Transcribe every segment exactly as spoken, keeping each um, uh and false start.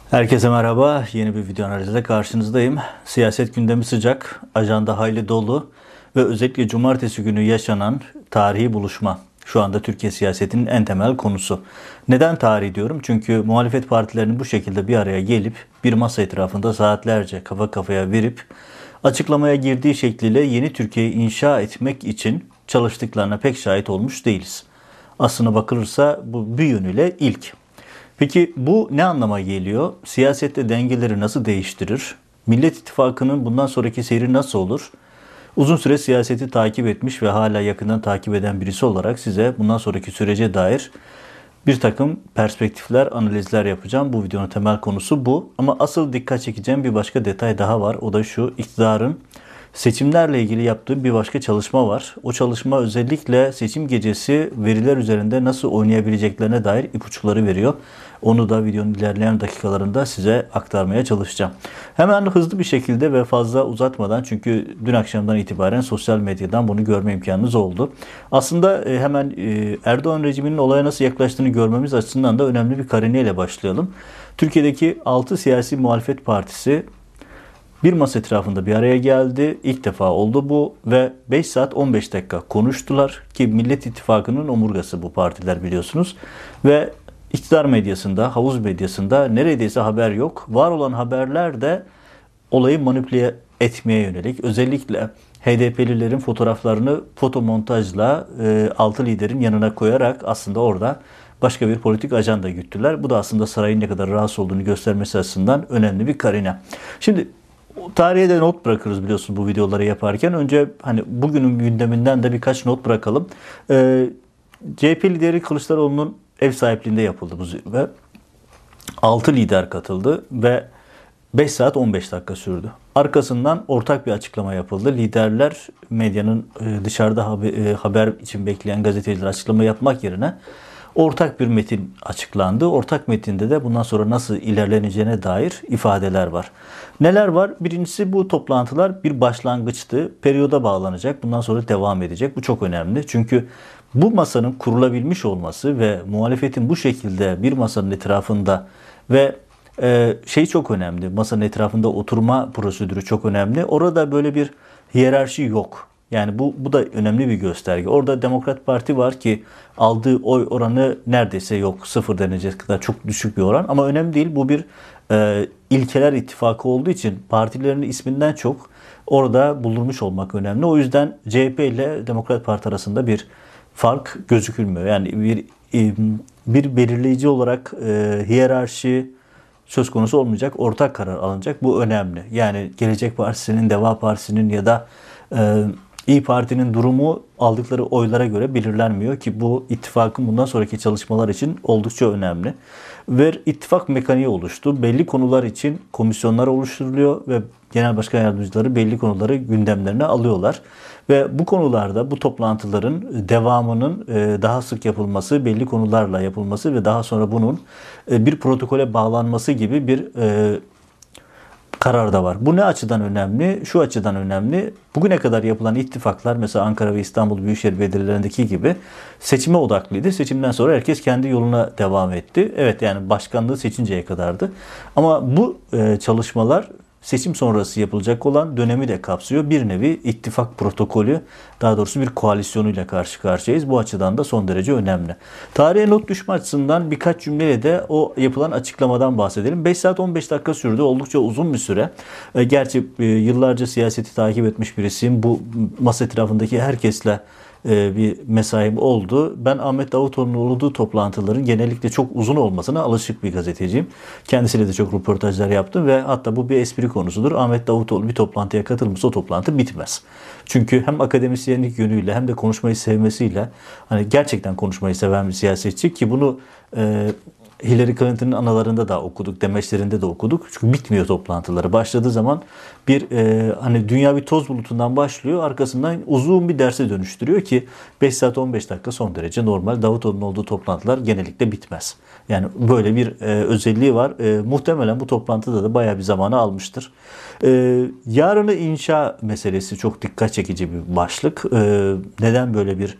Herkese merhaba. Yeni bir video analizle karşınızdayım. Siyaset gündemi sıcak, ajanda hayli dolu ve özellikle cumartesi günü yaşanan tarihi buluşma şu anda Türkiye siyasetinin en temel konusu. Neden tarihi diyorum? Çünkü muhalefet partilerinin bu şekilde bir araya gelip bir masa etrafında saatlerce kafa kafaya verip açıklamaya girdiği şekliyle yeni Türkiye'yi inşa etmek için çalıştıklarına pek şahit olmuş değiliz. Aslına bakılırsa bu bir yönüyle ilk. Peki bu ne anlama geliyor? Siyasette dengeleri nasıl değiştirir? Millet İttifakı'nın bundan sonraki seyri nasıl olur? Uzun süre siyaseti takip etmiş ve hala yakından takip eden birisi olarak size bundan sonraki sürece dair bir takım perspektifler, analizler yapacağım. Bu videonun temel konusu bu. Ama asıl dikkat çekeceğim bir başka detay daha var. O da şu: iktidarın seçimlerle ilgili yaptığı bir başka çalışma var. O çalışma özellikle seçim gecesi veriler üzerinde nasıl oynayabileceklerine dair ipuçları veriyor. Onu da videonun ilerleyen dakikalarında size aktarmaya çalışacağım. Hemen hızlı bir şekilde ve fazla uzatmadan, çünkü dün akşamdan itibaren sosyal medyadan bunu görme imkanınız oldu. Aslında hemen Erdoğan rejiminin olaya nasıl yaklaştığını görmemiz açısından da önemli bir karineyle başlayalım. Türkiye'deki altı siyasi muhalefet partisi bir masa etrafında bir araya geldi. İlk defa oldu bu ve beş saat on beş dakika konuştular ki Millet İttifakı'nın omurgası bu partiler, biliyorsunuz. Ve iktidar medyasında, havuz medyasında neredeyse haber yok. Var olan haberler de olayı manipüle etmeye yönelik. Özellikle H D P'lilerin fotoğraflarını fotomontajla e, altı liderin yanına koyarak aslında orada başka bir politik ajanda güttüler. Bu da aslında sarayın ne kadar rahatsız olduğunu göstermesi açısından önemli bir karine. Şimdi tarihe de not bırakırız biliyorsunuz bu videoları yaparken. Önce hani bugünün gündeminden de birkaç not bırakalım. Ee, C H P lideri Kılıçdaroğlu'nun ev sahipliğinde yapıldı bu zirve. altı lider katıldı ve beş saat on beş dakika sürdü. Arkasından ortak bir açıklama yapıldı. Liderler medyanın dışarıda haber için bekleyen gazeteciler açıklama yapmak yerine ortak bir metin açıklandı. Ortak metinde de bundan sonra nasıl ilerleneceğine dair ifadeler var. Neler var? Birincisi, bu toplantılar bir başlangıçtı. Periyoda bağlanacak. Bundan sonra devam edecek. Bu çok önemli. Çünkü bu masanın kurulabilmiş olması ve muhalefetin bu şekilde bir masanın etrafında ve e, şey çok önemli. Masanın etrafında oturma prosedürü çok önemli. Orada böyle bir hiyerarşi yok. Yani bu, bu da önemli bir gösterge. Orada Demokrat Parti var ki aldığı oy oranı neredeyse yok. Sıfır denecek kadar çok düşük bir oran. Ama önemli değil. Bu bir e, ilkeler ittifakı olduğu için partilerin isminden çok orada bulunmuş olmak önemli. O yüzden C H P ile Demokrat Parti arasında bir fark gözükülmüyor. Yani bir e, bir belirleyici olarak e, hiyerarşi söz konusu olmayacak. Ortak karar alınacak. Bu önemli. Yani Gelecek Partisi'nin, Deva Partisi'nin ya da e, İyi Parti'nin durumu aldıkları oylara göre belirlenmiyor ki bu ittifakın bundan sonraki çalışmalar için oldukça önemli. Ve ittifak mekaniği oluştu. Belli konular için komisyonlar oluşturuluyor ve genel başkan yardımcıları belli konuları gündemlerine alıyorlar. Ve bu konularda bu toplantıların devamının daha sık yapılması, belli konularla yapılması ve daha sonra bunun bir protokole bağlanması gibi bir karar da var. Bu ne açıdan önemli? Şu açıdan önemli. Bugüne kadar yapılan ittifaklar, mesela Ankara ve İstanbul Büyükşehir Belediyelerindeki gibi, seçime odaklıydı. Seçimden sonra herkes kendi yoluna devam etti. Evet, yani başkanlığı seçinceye kadardı. Ama bu çalışmalar seçim sonrası yapılacak olan dönemi de kapsıyor. Bir nevi ittifak protokolü, daha doğrusu bir koalisyonuyla karşı karşıyayız. Bu açıdan da son derece önemli. Tarihe not düşme açısından birkaç cümleyle de o yapılan açıklamadan bahsedelim. beş saat on beş dakika sürdü. Oldukça uzun bir süre. Gerçi yıllarca siyaseti takip etmiş birisiyim. Bu masa etrafındaki herkesle bir mesaim oldu. Ben Ahmet Davutoğlu'nun olduğu toplantıların genellikle çok uzun olmasına alışık bir gazeteciyim. Kendisiyle de çok röportajlar yaptım ve hatta bu bir espri konusudur. Ahmet Davutoğlu bir toplantıya katılmışsa o toplantı bitmez. Çünkü hem akademisyenlik yönüyle hem de konuşmayı sevmesiyle, hani gerçekten konuşmayı seven bir siyasetçi ki bunu e, Hillary Clinton'ın analarında da okuduk, demeçlerinde de okuduk. Çünkü bitmiyor toplantıları. Başladığı zaman bir e, hani dünya bir toz bulutundan başlıyor. Arkasından uzun bir derse dönüştürüyor ki beş saat on beş dakika son derece normal. Davutoğlu'nun olduğu toplantılar genellikle bitmez. Yani böyle bir e, özelliği var. E, muhtemelen bu toplantıda da bayağı bir zamanı almıştır. E, yarını inşa meselesi çok dikkat çekici bir başlık. E, neden böyle bir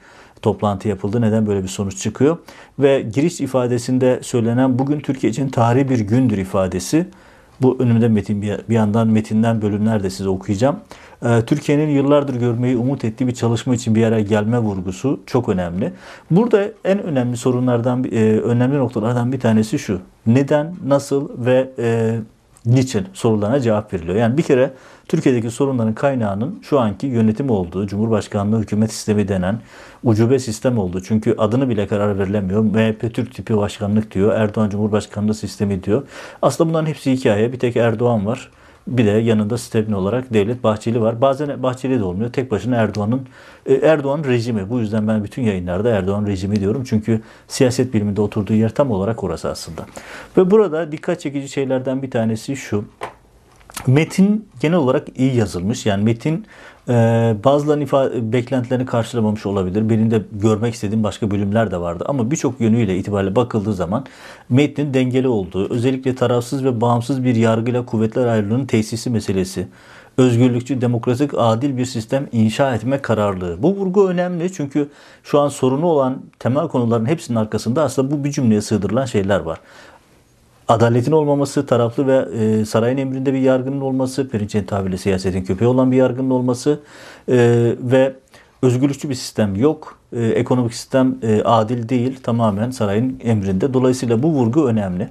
toplantı yapıldı? Neden böyle bir sonuç çıkıyor? Ve giriş ifadesinde söylenen bugün Türkiye için tarihi bir gündür ifadesi. Bu önümde metin, bir yandan metinden bölümler de size okuyacağım. Türkiye'nin yıllardır görmeyi umut ettiği bir çalışma için bir araya gelme vurgusu çok önemli. Burada en önemli sorunlardan, önemli noktalardan bir tanesi şu. Neden, nasıl ve e, niçin sorularına cevap veriliyor. Yani bir kere Türkiye'deki sorunların kaynağının şu anki yönetim olduğu, Cumhurbaşkanlığı hükümet sistemi denen ucube sistem olduğu. Çünkü adını bile karar verilemiyor. M H P Türk tipi başkanlık diyor. Erdoğan Cumhurbaşkanlığı sistemi diyor. Aslında bunların hepsi hikaye. Bir tek Erdoğan var. Bir de yanında sistemli olarak Devlet Bahçeli var. Bazen Bahçeli de olmuyor. Tek başına Erdoğan'ın Erdoğan rejimi. Bu yüzden ben bütün yayınlarda Erdoğan rejimi diyorum. Çünkü siyaset biliminde oturduğu yer tam olarak orası aslında. Ve burada dikkat çekici şeylerden bir tanesi şu. Metin genel olarak iyi yazılmış. Yani metin e, bazılarının ifade, beklentilerini karşılamamış olabilir. Benim de görmek istediğim başka bölümler de vardı. Ama birçok yönüyle itibariyle bakıldığı zaman metnin dengeli olduğu, özellikle tarafsız ve bağımsız bir yargıyla kuvvetler ayrılığının tesisi meselesi, özgürlükçü, demokratik, adil bir sistem inşa etme kararlılığı. Bu vurgu önemli çünkü şu an sorunu olan temel konuların hepsinin arkasında aslında bu bir cümleye sığdırılan şeyler var. Adaletin olmaması, taraflı ve e, sarayın emrinde bir yargının olması, Perinçek'in tabiriyle siyasetin köpeği olan bir yargının olması e, ve özgürlükçü bir sistem yok. E, ekonomik sistem e, adil değil, tamamen sarayın emrinde. Dolayısıyla bu vurgu önemli.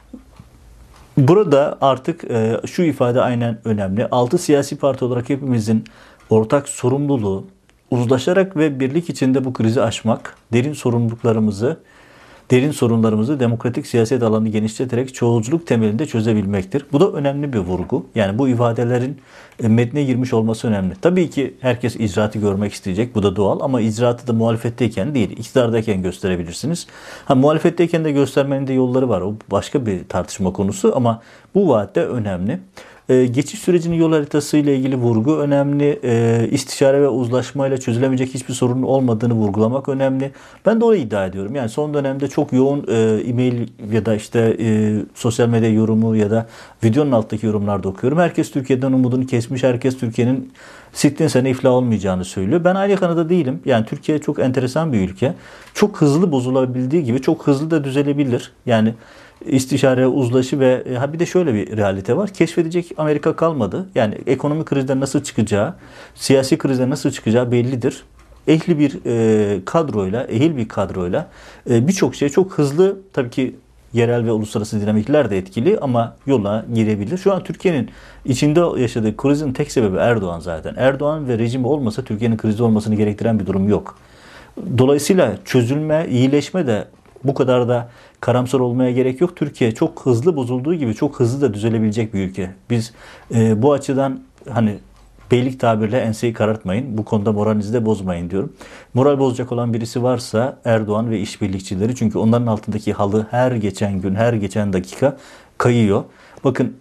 Burada artık e, şu ifade aynen önemli. Altı siyasi parti olarak hepimizin ortak sorumluluğu uzlaşarak ve birlik içinde bu krizi aşmak, derin sorumluluklarımızı derin sorunlarımızı demokratik siyaset alanını genişleterek çoğulculuk temelinde çözebilmektir. Bu da önemli bir vurgu. Yani bu ifadelerin metne girmiş olması önemli. Tabii ki herkes icraatı görmek isteyecek. Bu da doğal ama icraatı da muhalefetteyken değil, iktidardayken gösterebilirsiniz. Ha, muhalefetteyken de göstermenin de yolları var. O başka bir tartışma konusu ama bu vaat de önemli. Ee, geçiş sürecinin yol haritası ile ilgili vurgu önemli. Ee, istişare ve uzlaşmayla çözülemeyecek hiçbir sorunun olmadığını vurgulamak önemli. Ben de onu iddia ediyorum. Yani son dönemde çok yoğun e, e-mail ya da işte e, sosyal medya yorumu ya da videonun alttaki yorumlarda okuyorum. Herkes Türkiye'den umudunu kesmiş. Herkes Türkiye'nin sittin sene iflah olmayacağını söylüyor. Ben aynı kanıda değilim. Yani Türkiye çok enteresan bir ülke. Çok hızlı bozulabildiği gibi çok hızlı da düzelebilir. Yani İstişare, uzlaşı ve ha bir de şöyle bir realite var. Keşfedecek Amerika kalmadı. Yani ekonomik krizden nasıl çıkacağı, siyasi krizden nasıl çıkacağı bellidir. Ehli bir e, kadroyla, ehil bir kadroyla e, birçok şey çok hızlı, tabii ki yerel ve uluslararası dinamikler de etkili ama yola girebilir. Şu an Türkiye'nin içinde yaşadığı krizin tek sebebi Erdoğan zaten. Erdoğan ve rejimi olmasa Türkiye'nin krizde olmasını gerektiren bir durum yok. Dolayısıyla çözülme, iyileşme de bu kadar da karamsar olmaya gerek yok. Türkiye çok hızlı bozulduğu gibi çok hızlı da düzelebilecek bir ülke. Biz e, bu açıdan hani beylik tabirle enseyi karartmayın. Bu konuda moralinizi de bozmayın diyorum. Moral bozacak olan birisi varsa Erdoğan ve işbirlikçileri. Çünkü onların altındaki halı her geçen gün, her geçen dakika kayıyor. Bakın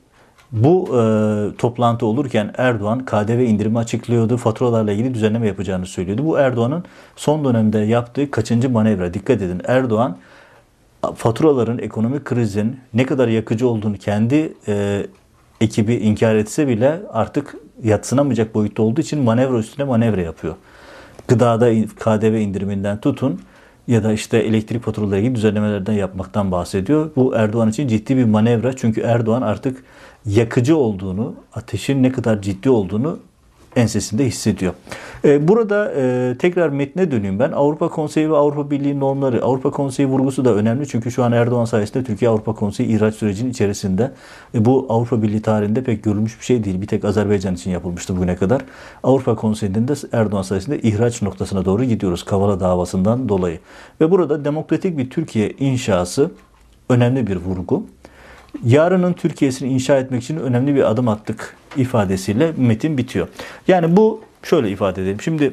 bu e, toplantı olurken Erdoğan K D V indirimi açıklıyordu. Faturalarla ilgili düzenleme yapacağını söylüyordu. Bu Erdoğan'ın son dönemde yaptığı kaçıncı manevra? Dikkat edin. Erdoğan faturaların, ekonomik krizin ne kadar yakıcı olduğunu kendi e, ekibi inkar etse bile artık yadsınamayacak boyutta olduğu için manevra üstüne manevra yapıyor. Gıdada K D V indiriminden tutun ya da işte elektrik faturaları gibi düzenlemelerden yapmaktan bahsediyor. Bu Erdoğan için ciddi bir manevra. Çünkü Erdoğan artık yakıcı olduğunu, ateşin ne kadar ciddi olduğunu ensesinde hissediyor. Burada tekrar metne döneyim ben. Avrupa Konseyi ve Avrupa Birliği normları. Avrupa Konseyi vurgusu da önemli. Çünkü şu an Erdoğan sayesinde Türkiye Avrupa Konseyi ihraç sürecinin içerisinde. Bu Avrupa Birliği tarihinde pek görülmüş bir şey değil. Bir tek Azerbaycan için yapılmıştı bugüne kadar. Avrupa Konseyi'nden de Erdoğan sayesinde ihraç noktasına doğru gidiyoruz. Kavala davasından dolayı. Ve burada demokratik bir Türkiye inşası önemli bir vurgu. Yarının Türkiye'sini inşa etmek için önemli bir adım attık ifadesiyle metin bitiyor. Yani bu şöyle ifade edelim. Şimdi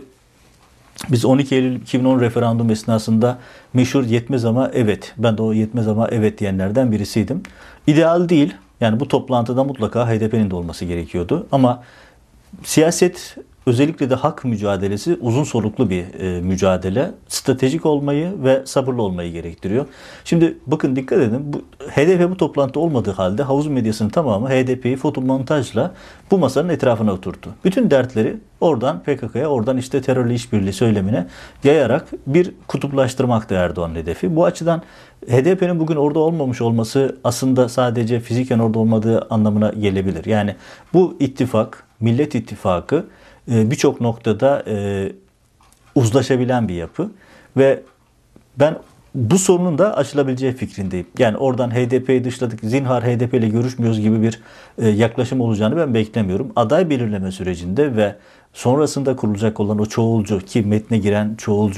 biz on iki Eylül iki bin on referandum esnasında meşhur yetmez ama evet. Ben de o yetmez ama evet diyenlerden birisiydim. İdeal değil. Yani bu toplantıda mutlaka H D P'nin de olması gerekiyordu. Ama siyaset özellikle de hak mücadelesi uzun soluklu bir e, mücadele. Stratejik olmayı ve sabırlı olmayı gerektiriyor. Şimdi bakın dikkat edin. Bu, H D P bu toplantı olmadığı halde havuz medyasının tamamı H D P'yi fotomontajla bu masanın etrafına oturttu. Bütün dertleri oradan P K K'ya, oradan işte terörle işbirliği söylemine yayarak bir kutuplaştırmaktı Erdoğan'ın hedefi. Bu açıdan H D P'nin bugün orada olmamış olması aslında sadece fiziken orada olmadığı anlamına gelebilir. Yani bu ittifak, Millet İttifakı birçok noktada uzlaşabilen bir yapı ve ben bu sorunun da aşılabileceği fikrindeyim. Yani oradan H D P'yi dışladık, zinhar H D P ile görüşmüyoruz gibi bir yaklaşım olacağını ben beklemiyorum. Aday belirleme sürecinde ve sonrasında kurulacak olan o çoğulcu, ki metne giren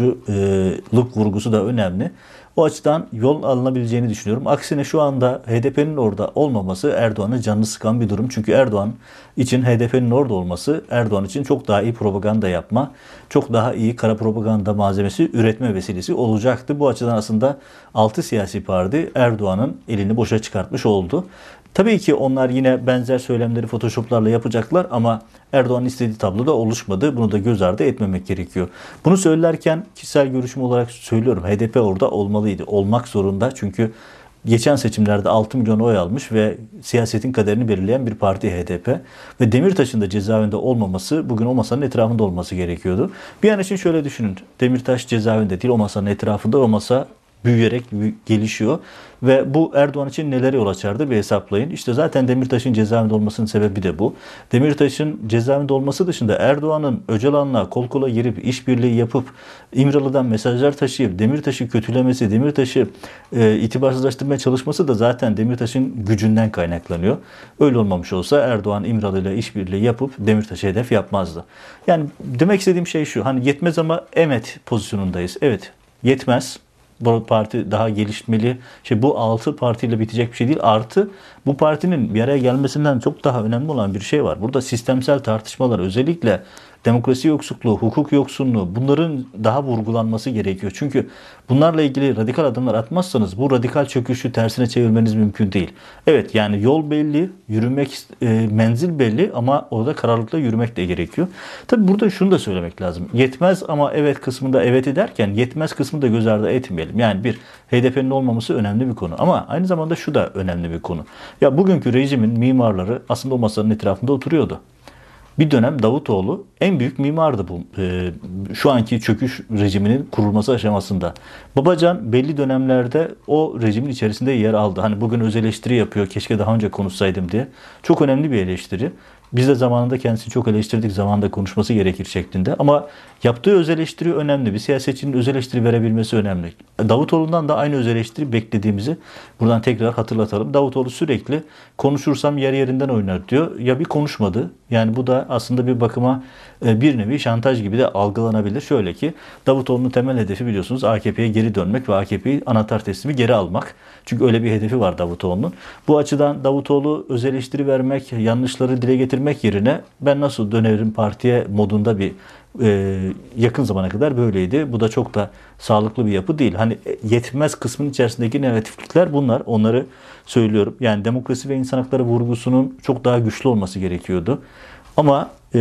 çoğulculuk vurgusu da önemli. O açıdan yol alınabileceğini düşünüyorum. Aksine şu anda H D P'nin orada olmaması Erdoğan'ın canını sıkan bir durum. Çünkü Erdoğan için H D P'nin orada olması Erdoğan için çok daha iyi propaganda yapma, çok daha iyi kara propaganda malzemesi üretme vesilesi olacaktı. Bu açıdan aslında altı siyasi parti Erdoğan'ın elini boşa çıkartmış oldu. Tabii ki onlar yine benzer söylemleri photoshoplarla yapacaklar ama Erdoğan'ın istediği tabloda oluşmadı. Bunu da göz ardı etmemek gerekiyor. Bunu söylerken kişisel görüşüm olarak söylüyorum. H D P orada olmalıydı. Olmak zorunda. Çünkü geçen seçimlerde altı milyon oy almış ve siyasetin kaderini belirleyen bir parti H D P. Ve Demirtaş'ın da cezaevinde olmaması, bugün o masanın etrafında olması gerekiyordu. Bir an için şöyle düşünün. Demirtaş cezaevinde değil, o masanın etrafında, o masa büyüyerek gelişiyor ve bu Erdoğan için nelere yol açardı bir hesaplayın. İşte zaten Demirtaş'ın cezaevinde olmasının sebebi de bu. Demirtaş'ın cezaevinde olması dışında Erdoğan'ın Öcalan'la kol kola girip işbirliği yapıp İmralı'dan mesajlar taşıyıp Demirtaş'ı kötülemesi, Demirtaş'ı e, itibarsızlaştırmaya çalışması da zaten Demirtaş'ın gücünden kaynaklanıyor. Öyle olmamış olsa Erdoğan İmralı'yla işbirliği yapıp Demirtaş'ı hedef yapmazdı. Yani demek istediğim şey şu, hani yetmez ama evet pozisyonundayız. Evet, yetmez. Bu parti daha gelişmeli. İşte bu altı partiyle bitecek bir şey değil. Artı bu partinin bir araya gelmesinden çok daha önemli olan bir şey var. Burada sistemsel tartışmalar, özellikle demokrasi yoksulluğu, hukuk yoksunluğu, bunların daha vurgulanması gerekiyor. Çünkü bunlarla ilgili radikal adımlar atmazsanız bu radikal çöküşü tersine çevirmeniz mümkün değil. Evet, yani yol belli, yürümek e, menzil belli ama orada kararlılıkla yürümek de gerekiyor. Tabii burada şunu da söylemek lazım. Yetmez ama evet kısmında evet ederken yetmez kısmını da göz ardı etmeyelim. Yani bir H D P'nin olmaması önemli bir konu ama aynı zamanda şu da önemli bir konu. Ya bugünkü rejimin mimarları aslında o masanın etrafında oturuyordu. Bir dönem Davutoğlu en büyük mimardı bu e, şu anki çöküş rejiminin kurulması aşamasında. Babacan belli dönemlerde o rejimin içerisinde yer aldı. Hani bugün öz eleştiri yapıyor, keşke daha önce konuşsaydım diye. Çok önemli bir eleştiri. Biz de zamanında kendisini çok eleştirdik, zamanında konuşması gerekir şeklinde. Ama yaptığı öz eleştiri önemli. Bir siyasetçinin öz eleştiri verebilmesi önemli. Davutoğlu'ndan da aynı öz eleştiri beklediğimizi buradan tekrar hatırlatalım. Davutoğlu sürekli konuşursam yer yerinden oynar diyor. Ya bir konuşmadı. Yani bu da aslında bir bakıma bir nevi şantaj gibi de algılanabilir. Şöyle ki Davutoğlu'nun temel hedefi biliyorsunuz A K P'ye geri dönmek ve A K P'yi anahtar teslimi geri almak. Çünkü öyle bir hedefi var Davutoğlu'nun. Bu açıdan Davutoğlu öz eleştiri vermek, yanlışları dile getirmek yerine ben nasıl dönerim partiye modunda bir e, yakın zamana kadar böyleydi. Bu da çok da sağlıklı bir yapı değil. Hani yetmez kısmın içerisindeki negatiflikler bunlar. Onları söylüyorum. Yani demokrasi ve insan hakları vurgusunun çok daha güçlü olması gerekiyordu. Ama e,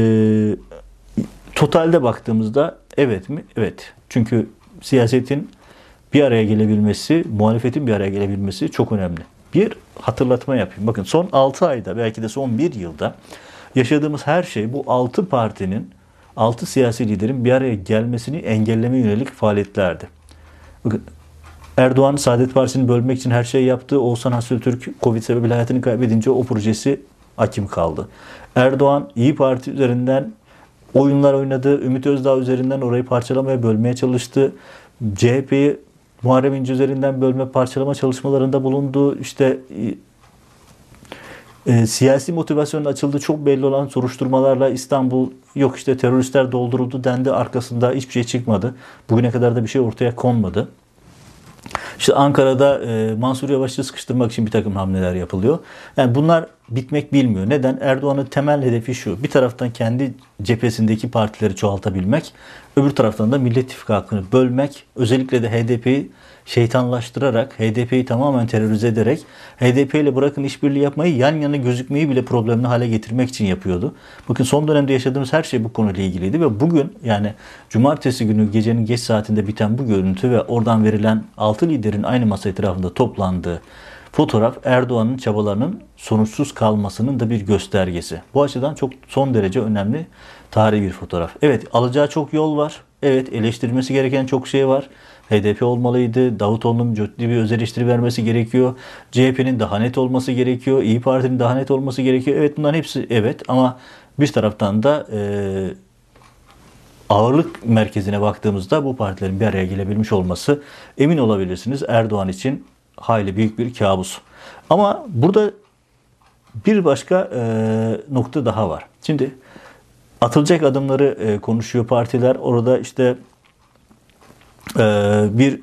totalde baktığımızda evet mi? Evet. Çünkü siyasetin bir araya gelebilmesi, muhalefetin bir araya gelebilmesi çok önemli. Bir hatırlatma yapayım. Bakın son altı ayda, belki de son bir yılda yaşadığımız her şey bu altı partinin, altı siyasi liderin bir araya gelmesini engelleme yönelik faaliyetlerdi. Bakın, Erdoğan Saadet Partisi'ni bölmek için her şeyi yaptı. Oğuzhan Hasretürk Covid sebebiyle hayatını kaybedince o projesi akim kaldı. Erdoğan İyi Parti üzerinden oyunlar oynadı. Ümit Özdağ üzerinden orayı parçalamaya, bölmeye çalıştı. C H P'yi Muharrem İnce üzerinden bölme, parçalama çalışmalarında bulundu. İşte e, siyasi motivasyonun açıldığı çok belli olan soruşturmalarla İstanbul yok işte teröristler dolduruldu dendi. Arkasında hiçbir şey çıkmadı. Bugüne kadar da bir şey ortaya konmadı. İşte Ankara'da e, Mansur Yavaş'ı sıkıştırmak için bir takım hamleler yapılıyor. Yani bunlar bitmek bilmiyor. Neden? Erdoğan'ın temel hedefi şu. Bir taraftan kendi cephesindeki partileri çoğaltabilmek, öbür taraftan da Millet İttifakı'nı bölmek, özellikle de H D P'yi şeytanlaştırarak, H D P'yi tamamen terörize ederek, H D P ile bırakın işbirliği yapmayı, yan yana gözükmeyi bile problemli hale getirmek için yapıyordu. Bakın son dönemde yaşadığımız her şey bu konuyla ilgiliydi ve bugün, yani cumartesi günü gecenin geç saatinde biten bu görüntü ve oradan verilen altı liderin aynı masa etrafında toplandığı fotoğraf Erdoğan'ın çabalarının sonuçsuz kalmasının da bir göstergesi. Bu açıdan çok son derece önemli tarihi bir fotoğraf. Evet, alacağı çok yol var. Evet, eleştirilmesi gereken çok şey var. H D P olmalıydı. Davutoğlu'nun ciddi bir öz eleştiri vermesi gerekiyor. C H P'nin daha net olması gerekiyor. İYİ Parti'nin daha net olması gerekiyor. Evet, bunların hepsi evet, ama bir taraftan da e, ağırlık merkezine baktığımızda bu partilerin bir araya gelebilmiş olması, emin olabilirsiniz, Erdoğan için hayli büyük bir kabus. Ama burada bir başka e, nokta daha var. Şimdi atılacak adımları e, konuşuyor partiler. Orada işte e, bir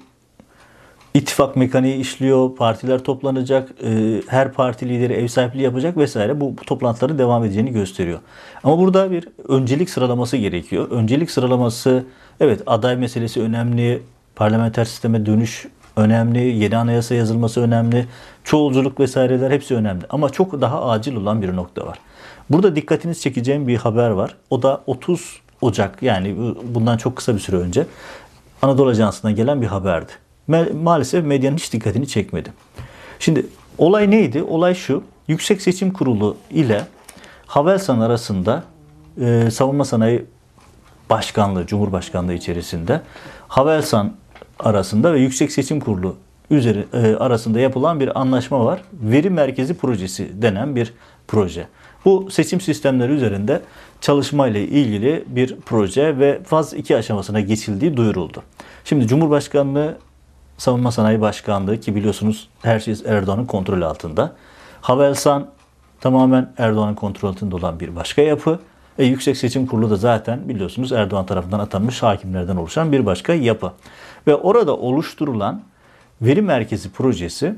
ittifak mekaniği işliyor. Partiler toplanacak. E, her parti lideri ev sahipliği yapacak vesaire. Bu, bu toplantıların devam edeceğini gösteriyor. Ama burada bir öncelik sıralaması gerekiyor. Öncelik sıralaması, evet, aday meselesi önemli. Parlamenter sisteme dönüş önemli, yeni anayasa yazılması önemli, çoğulculuk vesaireler hepsi önemli. Ama çok daha acil olan bir nokta var. Burada dikkatinizi çekeceğim bir haber var. O da otuz Ocak, yani bundan çok kısa bir süre önce Anadolu Ajansı'ndan gelen bir haberdi. Maalesef medyanın hiç dikkatini çekmedi. Şimdi olay neydi? Olay şu: Yüksek Seçim Kurulu ile Havelsan arasında e, Savunma Sanayi Başkanlığı, Cumhurbaşkanlığı içerisinde Havelsan arasında ve Yüksek Seçim Kurulu üzeri, e, arasında yapılan bir anlaşma var. Veri Merkezi Projesi denen bir proje. Bu seçim sistemleri üzerinde çalışmayla ilgili bir proje ve faz iki aşamasına geçildiği duyuruldu. Şimdi Cumhurbaşkanlığı, Savunma Sanayi Başkanlığı, ki biliyorsunuz her şey Erdoğan'ın kontrolü altında. Havelsan tamamen Erdoğan'ın kontrolü altında olan bir başka yapı. E, Yüksek Seçim Kurulu da zaten biliyorsunuz Erdoğan tarafından atanmış hakimlerden oluşan bir başka yapı. Ve orada oluşturulan veri merkezi projesi,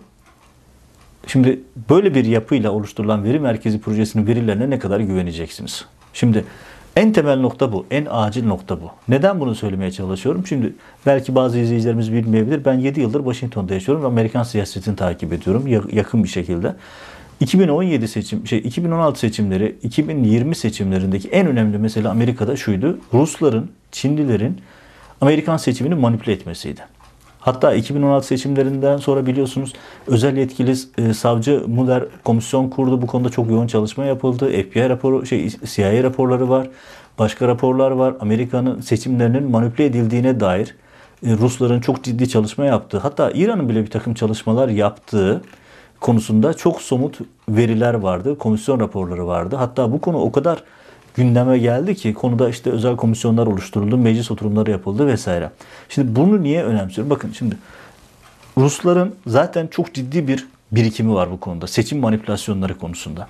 şimdi böyle bir yapıyla oluşturulan veri merkezi projesinin verilerine ne kadar güveneceksiniz? Şimdi en temel nokta bu, en acil nokta bu. Neden bunu söylemeye çalışıyorum? Şimdi belki bazı izleyicilerimiz bilmeyebilir. Ben yedi yıldır Washington'da yaşıyorum ve Amerikan siyasetini takip ediyorum yakın bir şekilde. iki bin on yedi seçim, şey iki bin on altı seçimleri, iki bin yirmi seçimlerindeki en önemli mesele Amerika'da şuydu: Rusların, Çinlilerin Amerikan seçimini manipüle etmesiydi. Hatta iki bin on altı seçimlerinden sonra biliyorsunuz özel yetkili e, savcı Mueller komisyon kurdu. Bu konuda çok yoğun çalışma yapıldı. F B I raporu, şey C I A raporları var. Başka raporlar var. Amerika'nın seçimlerinin manipüle edildiğine dair e, Rusların çok ciddi çalışma yaptığı, hatta İran'ın bile bir takım çalışmalar yaptığı konusunda çok somut veriler vardı. Komisyon raporları vardı. Hatta bu konu o kadar gündeme geldi ki konuda işte özel komisyonlar oluşturuldu, meclis oturumları yapıldı vesaire. Şimdi bunu niye önemsiyorum? Bakın şimdi Rusların zaten çok ciddi bir birikimi var bu konuda. Seçim manipülasyonları konusunda.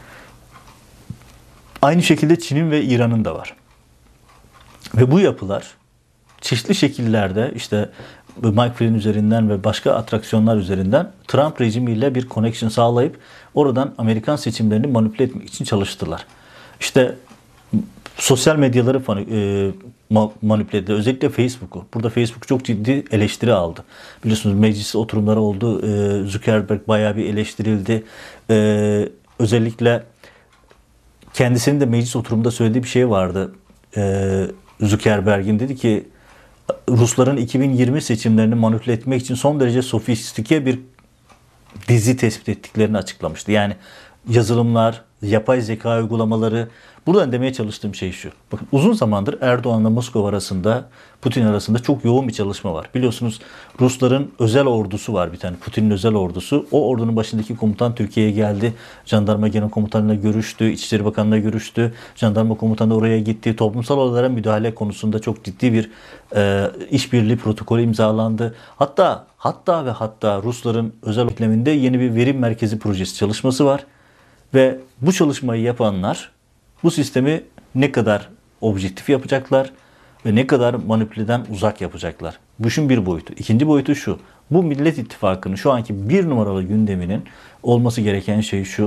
Aynı şekilde Çin'in ve İran'ın da var. Ve bu yapılar çeşitli şekillerde işte Mike Flynn üzerinden ve başka atraksiyonlar üzerinden Trump rejimiyle bir connection sağlayıp oradan Amerikan seçimlerini manipüle etmek için çalıştılar. İşte sosyal medyaları e, manipüle edildi. Özellikle Facebook'u. Burada Facebook çok ciddi eleştiri aldı. Biliyorsunuz meclis oturumları oldu. E, Zuckerberg bayağı bir eleştirildi. E, özellikle kendisinin de meclis oturumunda söylediği bir şey vardı. E, Zuckerberg'in dedi ki Rusların iki bin yirmi seçimlerini manipüle etmek için son derece sofistike bir dizi tespit ettiklerini açıklamıştı. Yani yazılımlar, yapay zeka uygulamaları. Buradan demeye çalıştığım şey şu: bakın, uzun zamandır Erdoğan'la Moskova arasında, Putin arasında çok yoğun bir çalışma var. Biliyorsunuz Rusların özel ordusu var bir tane. Putin'in özel ordusu. O ordunun başındaki komutan Türkiye'ye geldi. Jandarma Genel Komutanı'yla görüştü. İçişleri Bakanı'yla görüştü. Jandarma Komutanı oraya gitti. Toplumsal olaylara müdahale konusunda çok ciddi bir e, işbirliği protokolü imzalandı. Hatta hatta ve hatta Rusların özel ekleminde yeni bir veri merkezi projesi çalışması var. Ve bu çalışmayı yapanlar bu sistemi ne kadar objektif yapacaklar ve ne kadar manipüleden uzak yapacaklar. Bu işin bir boyutu. İkinci boyutu şu: bu Millet İttifakı'nın şu anki bir numaralı gündeminin olması gereken şey şu: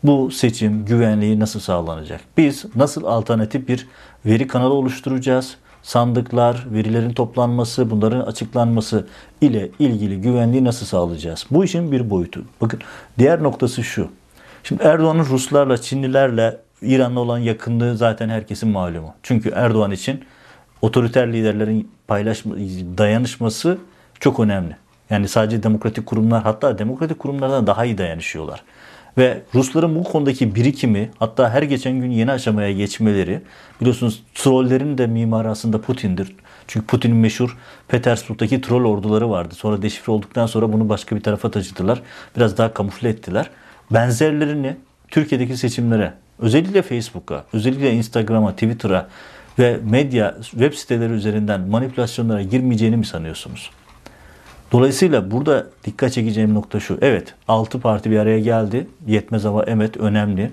Bu seçim güvenliği nasıl sağlanacak? Biz nasıl alternatif bir veri kanalı oluşturacağız? Sandıklar, verilerin toplanması, bunların açıklanması ile ilgili güvenliği nasıl sağlayacağız? Bu işin bir boyutu. Bakın diğer noktası şu. Şimdi Erdoğan'ın Ruslarla, Çinlilerle, İran'la olan yakınlığı zaten herkesin malumu. Çünkü Erdoğan için otoriter liderlerin paylaşma, dayanışması çok önemli. Yani sadece demokratik kurumlar, hatta demokratik kurumlardan daha iyi dayanışıyorlar. Ve Rusların bu konudaki birikimi, hatta her geçen gün yeni aşamaya geçmeleri, biliyorsunuz trollerin de mimarı aslında Putin'dir. Çünkü Putin'in meşhur Petersburg'daki troll orduları vardı. Sonra deşifre olduktan sonra bunu başka bir tarafa taşıdılar. Biraz daha kamufle ettiler. Benzerlerini Türkiye'deki seçimlere, özellikle Facebook'a, özellikle Instagram'a, Twitter'a ve medya, web siteleri üzerinden manipülasyonlara girmeyeceğini mi sanıyorsunuz? Dolayısıyla burada dikkat çekeceğim nokta şu. Evet, altı parti bir araya geldi. Yetmez ama evet önemli.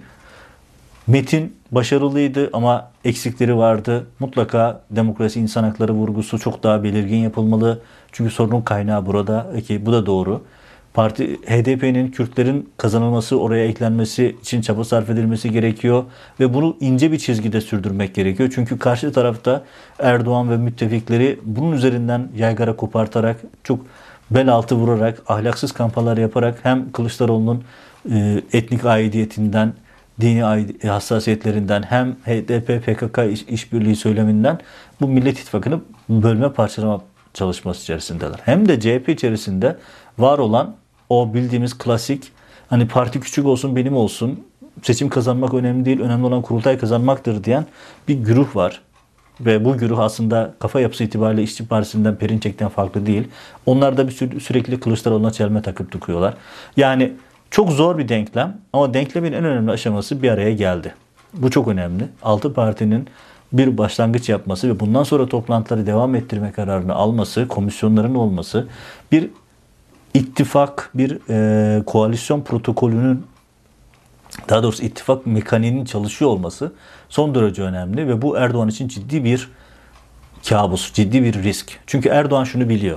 Metin başarılıydı ama eksikleri vardı. Mutlaka demokrasi, insan hakları vurgusu çok daha belirgin yapılmalı. Çünkü sorunun kaynağı burada. Ki bu da doğru. Parti H D P'nin Kürtlerin kazanılması, oraya eklenmesi için çaba sarf edilmesi gerekiyor ve bunu ince bir çizgide sürdürmek gerekiyor. Çünkü karşı tarafta Erdoğan ve müttefikleri bunun üzerinden yaygara kopartarak, çok bel altı vurarak, ahlaksız kampanyalar yaparak hem Kılıçdaroğlu'nun e, etnik aidiyetinden, dini hassasiyetlerinden hem H D P P K K iş, işbirliği söyleminden bu Millet İttifakı'nı bölme, parçalama çalışması içerisindeler. Hem de C H P içerisinde var olan o bildiğimiz klasik, hani parti küçük olsun benim olsun, seçim kazanmak önemli değil, önemli olan kurultay kazanmaktır diyen bir güruh var. Ve bu güruh aslında kafa yapısı itibariyle İşçi Partisi'nden, Perinçek'ten farklı değil. Onlar da bir sü- sürekli Kılıçdaroğlu'na çelme takıp tıkıyorlar. Yani çok zor bir denklem ama denklemin en önemli aşaması bir araya geldi. Bu çok önemli. Altı partinin bir başlangıç yapması ve bundan sonra toplantıları devam ettirme kararını alması, komisyonların olması, bir ittifak, bir e, koalisyon protokolünün, daha doğrusu ittifak mekaniğinin çalışıyor olması son derece önemli ve bu Erdoğan için ciddi bir kabus, ciddi bir risk. Çünkü Erdoğan şunu biliyor.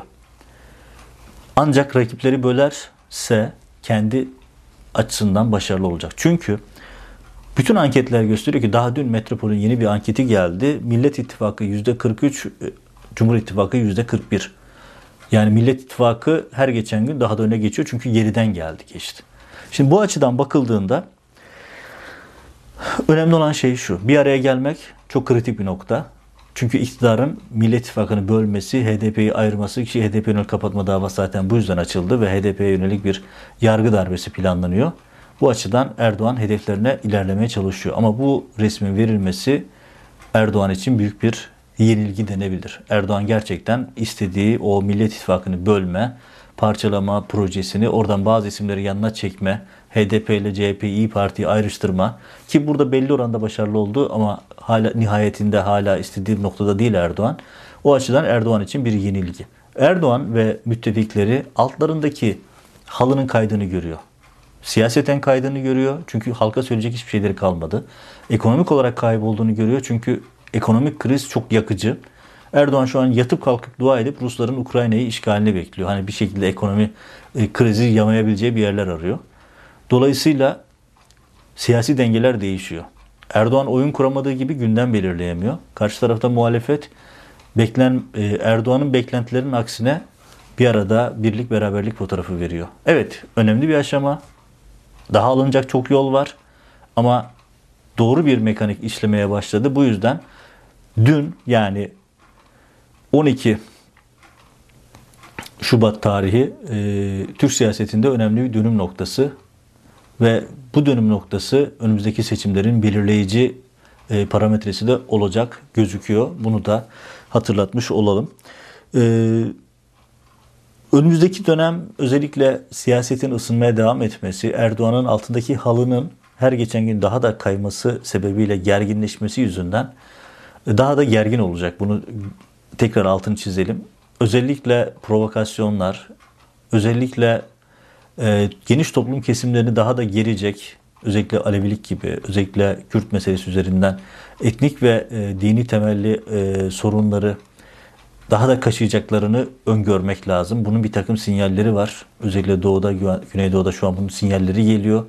Ancak rakipleri bölerse kendi açısından başarılı olacak. Çünkü bütün anketler gösteriyor ki, daha dün Metropol'ün yeni bir anketi geldi. Millet İttifakı yüzde kırk üç, Cumhur İttifakı yüzde kırk bir. Yani Millet İttifakı her geçen gün daha da öne geçiyor çünkü geriden geldi, geçti. Şimdi bu açıdan bakıldığında önemli olan şey şu. Bir araya gelmek çok kritik bir nokta. Çünkü iktidarın Millet İttifakı'nı bölmesi, H D P'yi ayırması, ki H D P'nin kapatma davası zaten bu yüzden açıldı ve H D P'ye yönelik bir yargı darbesi planlanıyor. Bu açıdan Erdoğan hedeflerine ilerlemeye çalışıyor. Ama bu resmin verilmesi Erdoğan için büyük bir yenilgi denebilir. Erdoğan gerçekten istediği o Millet İttifakı'nı bölme, parçalama projesini, oradan bazı isimleri yanına çekme, H D P ile C H P, İYİ Parti'yi ayrıştırma, ki burada belli oranda başarılı oldu ama hala nihayetinde hala istediği noktada değil Erdoğan. O açıdan Erdoğan için bir yenilgi. Erdoğan ve müttefikleri altlarındaki halının kaydığını görüyor. Siyaseten kaydığını görüyor. Çünkü halka söyleyecek hiçbir şeyleri kalmadı. Ekonomik olarak kaybolduğunu görüyor. Çünkü ekonomik kriz çok yakıcı. Erdoğan şu an yatıp kalkıp dua edip Rusların Ukrayna'yı işgalini bekliyor. Hani bir şekilde ekonomi e, krizi yamayabileceği bir yerler arıyor. Dolayısıyla siyasi dengeler değişiyor. Erdoğan oyun kuramadığı gibi gündem belirleyemiyor. Karşı tarafta muhalefet beklen e, Erdoğan'ın beklentilerinin aksine bir arada birlik beraberlik fotoğrafı veriyor. Evet, önemli bir aşama. Daha alınacak çok yol var. Ama doğru bir mekanik işlemeye başladı. Bu yüzden dün, yani on iki Şubat tarihi e, Türk siyasetinde önemli bir dönüm noktası ve bu dönüm noktası önümüzdeki seçimlerin belirleyici e, parametresi de olacak gözüküyor. Bunu da hatırlatmış olalım. E, önümüzdeki dönem özellikle siyasetin ısınmaya devam etmesi, Erdoğan'ın altındaki halının her geçen gün daha da kayması sebebiyle gerginleşmesi yüzünden daha da gergin olacak. Bunu tekrar altını çizelim. Özellikle provokasyonlar, özellikle e, geniş toplum kesimlerini daha da gerecek, özellikle Alevilik gibi, özellikle Kürt meselesi üzerinden etnik ve e, dini temelli e, sorunları daha da kaşıyacaklarını öngörmek lazım. Bunun bir takım sinyalleri var. Özellikle doğuda, güneydoğuda şu an bunun sinyalleri geliyor.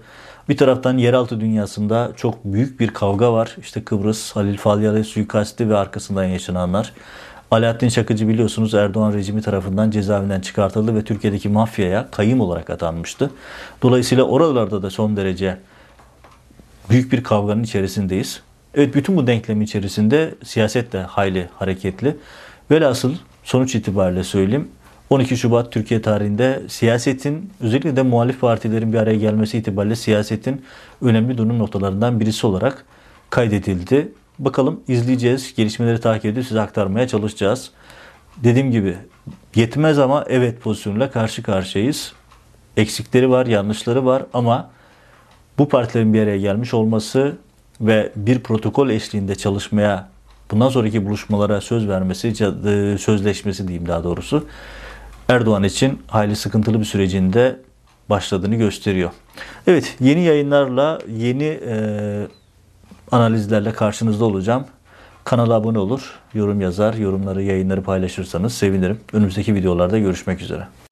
Bir taraftan yeraltı dünyasında çok büyük bir kavga var. İşte Kıbrıs, Halil Falyalı suikasti ve arkasından yaşananlar. Alaaddin Çakıcı biliyorsunuz Erdoğan rejimi tarafından cezaevinden çıkartıldı ve Türkiye'deki mafyaya kayyım olarak atanmıştı. Dolayısıyla oralarda da son derece büyük bir kavganın içerisindeyiz. Evet, bütün bu denklem içerisinde siyaset de hayli hareketli. Velhasıl sonuç itibariyle söyleyeyim, on iki Şubat Türkiye tarihinde siyasetin, özellikle de muhalif partilerin bir araya gelmesi itibariyle siyasetin önemli dönüm noktalarından birisi olarak kaydedildi. Bakalım, izleyeceğiz, gelişmeleri takip edip size aktarmaya çalışacağız. Dediğim gibi yetmez ama evet pozisyonuyla karşı karşıyayız. Eksikleri var, yanlışları var ama bu partilerin bir araya gelmiş olması ve bir protokol eşliğinde çalışmaya, bundan sonraki buluşmalara söz vermesi, sözleşmesi diyeyim daha doğrusu, Erdoğan için hayli sıkıntılı bir sürecinde başladığını gösteriyor. Evet, yeni yayınlarla, yeni e, analizlerle karşınızda olacağım. Kanala abone olur, yorum yazar, yorumları, yayınları paylaşırsanız sevinirim. Önümüzdeki videolarda görüşmek üzere.